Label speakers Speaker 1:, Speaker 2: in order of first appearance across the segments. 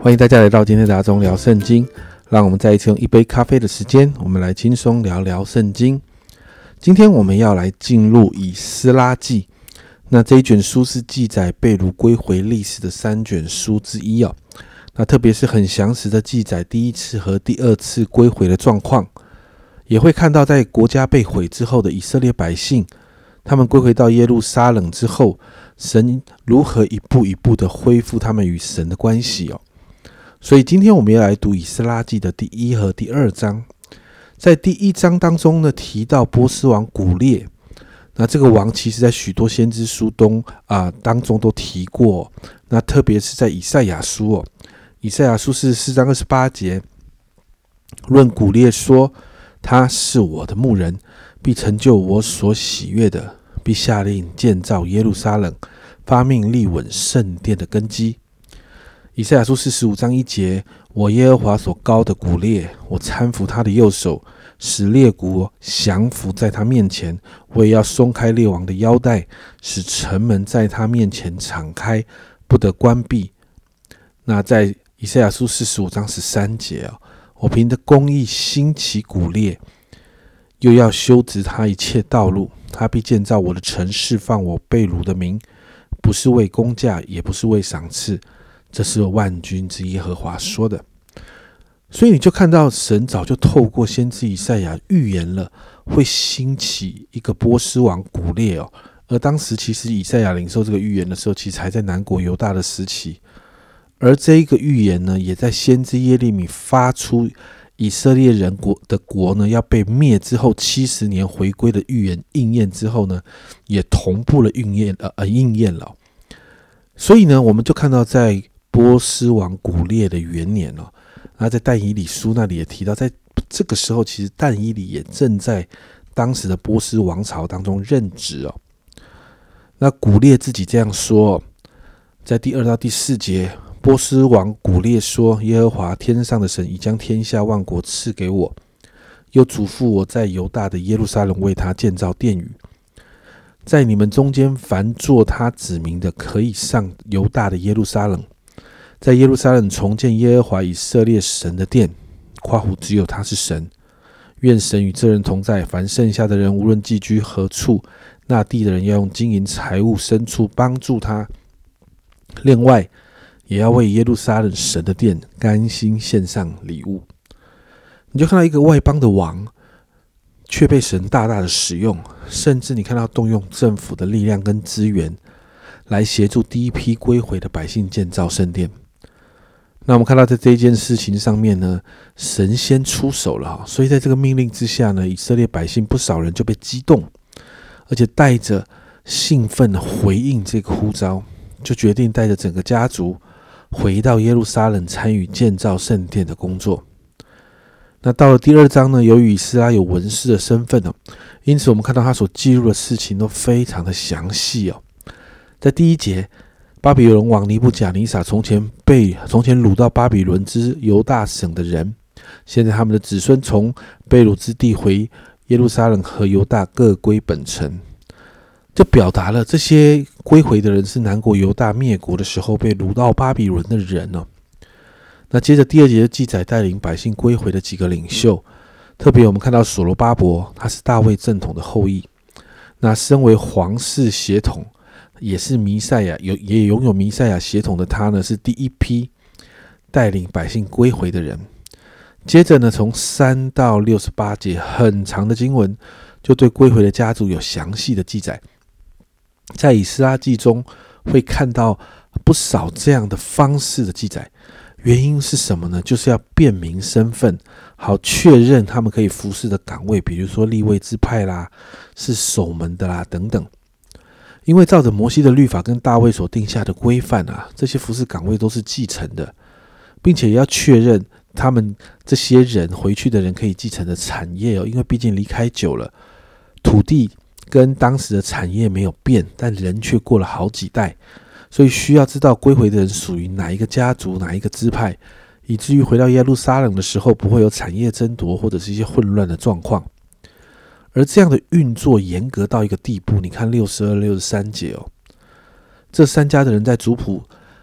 Speaker 1: 欢迎大家来到今天的阿忠聊圣经，让我们再一次用一杯咖啡的时间，我们来轻松聊聊圣经。今天我们要来进入以斯拉记，那这一卷书是记载被掳归回历史的3卷书之一哦。那特别是很详实的记载第一次和第二次归回的状况，也会看到在国家被毁之后的以色列百姓，他们归回到耶路撒冷之后，神如何一步一步的恢复他们与神的关系哦。所以今天我们要来读以斯拉记的第1和第2章。在第1章当中呢，提到波斯王古列，那这个王其实在许多先知书当中都提过，那特别是在以赛亚书哦，以赛亚书44章28节，论古列说，他是我的牧人，必成就我所喜悦的，必下令建造耶路撒冷，发命立稳圣殿的根基。以赛亚书45章1节，我耶和华所膏的古列，我搀扶他的右手，使列国降服在他面前，我也要松开列王的腰带，使城门在他面前敞开，不得关闭。那在以赛亚书45章13节，我凭着公义兴起古列，又要修直他一切道路，他必建造我的城，释放我被掳的民，不是为工价，也不是为赏赐，这是万军之耶和华说的。所以你就看到神早就透过先知以赛亚预言了会兴起一个波斯王古列哦。而当时其实以赛亚领受这个预言的时候，其实还在南国犹大的时期。而这一个预言呢，也在先知耶利米发出以色列人的国呢要被灭之后70年回归的预言应验之后呢，也同步了应验了。所以呢，我们就看到在波斯王古列的元年哦，那在但以理书那里也提到，在这个时候其实但以理也正在当时的波斯王朝当中任职哦。那古列自己这样说哦，在第2到第4节，波斯王古列说，耶和华天上的神已将天下万国赐给我，又嘱咐我在犹大的耶路撒冷为他建造殿宇，在你们中间凡做他子民的，可以上犹大的耶路撒冷，在耶路撒冷重建耶和华以色列神的殿，括弧只有他是神。愿神与这人同在，凡剩下的人无论寄居何处，那地的人要用金银财物牲畜帮助他，另外也要为耶路撒冷神的殿甘心献上礼物。你就看到一个外邦的王却被神大大的使用，甚至你看到动用政府的力量跟资源来协助第一批归回的百姓建造圣殿。那我们看到在这件事情上面呢，神先出手了，所以在这个命令之下呢，以色列百姓不少人就被激动，而且带着兴奋回应这个呼召，就决定带着整个家族回到耶路撒冷参与建造圣殿的工作。那到了第2章呢，由于以斯拉有文士的身份哦，因此我们看到他所记录的事情都非常的详细哦。在第1节，巴比伦王尼布甲尼撒从前掳到巴比伦之犹大省的人，现在他们的子孙从被掳之地回耶路撒冷和犹大各归本城，就表达了这些归回的人是南国犹大灭国的时候被掳到巴比伦的人哦。那接着第2节就记载带领百姓归回的几个领袖，特别我们看到所罗巴伯，他是大卫正统的后裔，那身为皇室血统，也是弥赛亚也拥有弥赛亚血统的他呢，是第一批带领百姓归回的人。接着呢，从3到68节很长的经文，就对归回的家族有详细的记载。在以斯拉记中会看到不少这样的方式的记载，原因是什么呢？就是要辨明身份，好确认他们可以服侍的岗位，比如说利未支派啦，是守门的啦等等。因为照着摩西的律法跟大卫所定下的规范这些服侍岗位都是继承的，并且也要确认他们这些人回去的人可以继承的产业因为毕竟离开久了，土地跟当时的产业没有变，但人却过了好几代，所以需要知道归回的人属于哪一个家族哪一个支派，以至于回到耶路撒冷的时候不会有产业争夺或者是一些混乱的状况。而这样的运作严格到一个地步，你看62、63节这3家的人在族谱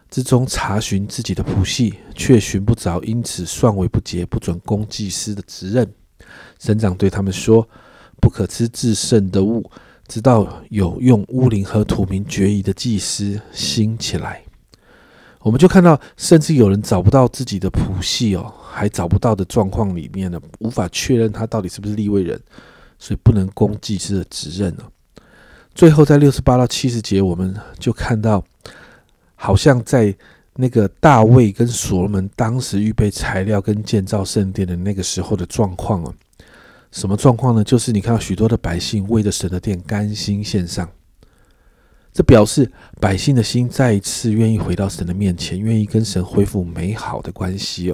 Speaker 1: 之中查询自己的谱系，却寻不着，因此算为不洁，不准供祭司的职任。省长对他们说：不可吃至圣的物，直到有用乌灵和土民决疑的祭司兴起来。我们就看到，甚至有人找不到自己的谱系还找不到的状况里面呢，无法确认他到底是不是利未人，所以不能供祭司的职任。最后在68到70节，我们就看到，好像在那个大卫跟所罗门当时预备材料跟建造圣殿的那个时候的状况什么状况呢？就是你看到许多的百姓为着神的殿甘心献上，这表示百姓的心再一次愿意回到神的面前，愿意跟神恢复美好的关系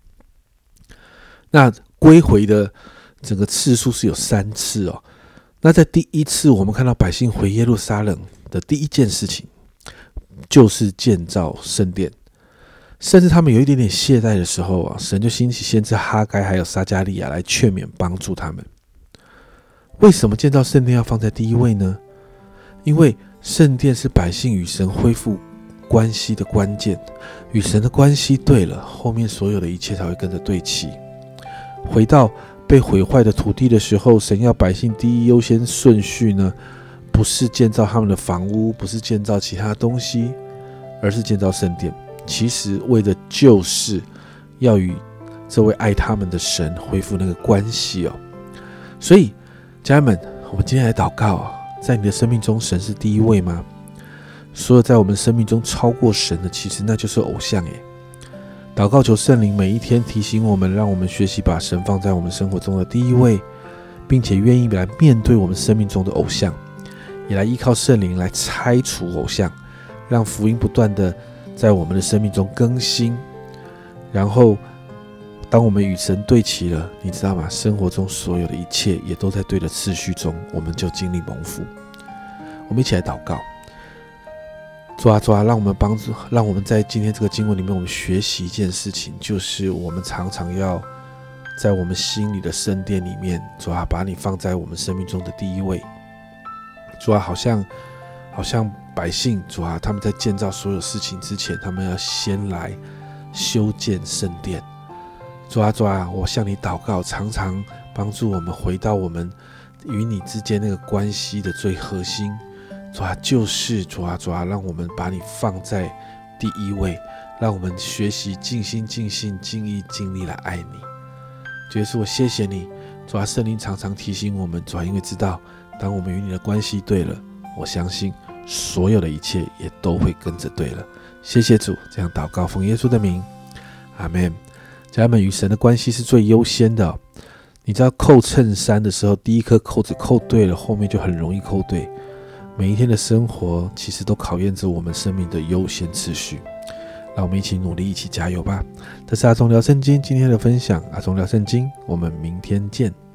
Speaker 1: 那归回的整个次数是有3次那在第一次，我们看到百姓回耶路撒冷的第一件事情，就是建造圣殿。甚至他们有一点点懈怠的时候神就兴起先知哈该还有撒迦利亚来劝勉帮助他们。为什么建造圣殿要放在第一位呢？因为圣殿是百姓与神恢复关系的关键，与神的关系对了，后面所有的一切才会跟着对齐。回到被毁坏的土地的时候，神要百姓第一优先顺序呢，不是建造他们的房屋，不是建造其他东西，而是建造圣殿。其实为的就是要与这位爱他们的神恢复那个关系所以家人们，我们今天来祷告在你的生命中，神是第一位吗？所有在我们生命中超过神的，其实那就是偶像祷告求圣灵每一天提醒我们，让我们学习把神放在我们生活中的第一位，并且愿意来面对我们生命中的偶像，也来依靠圣灵来拆除偶像，让福音不断的在我们的生命中更新。然后当我们与神对齐了，你知道吗？生活中所有的一切也都在对的次序中，我们就经历蒙福。我们一起来祷告。主啊，让我们帮助，让我们在今天这个经文里面，我们学习一件事情，就是我们常常要在我们心里的圣殿里面，主啊，把你放在我们生命中的第一位。主啊，好像百姓，主啊，他们在建造所有事情之前，他们要先来修建圣殿。主啊，我向你祷告，常常帮助我们回到我们与你之间那个关系的最核心。主啊，就是主啊，让我们把你放在第一位，让我们学习尽心尽性尽意尽力来爱你。主耶稣，我谢谢你。主啊，圣灵常常提醒我们，主啊，因为知道当我们与你的关系对了，我相信所有的一切也都会跟着对了。谢谢主，这样祷告奉耶稣的名，阿们。家人们，与神的关系是最优先的你知道扣衬衫的时候，第一颗扣子扣对了，后面就很容易扣对。每一天的生活其实都考验着我们生命的优先次序，让我们一起努力，一起加油吧。这是阿忠聊圣经今天的分享，阿忠聊圣经，我们明天见。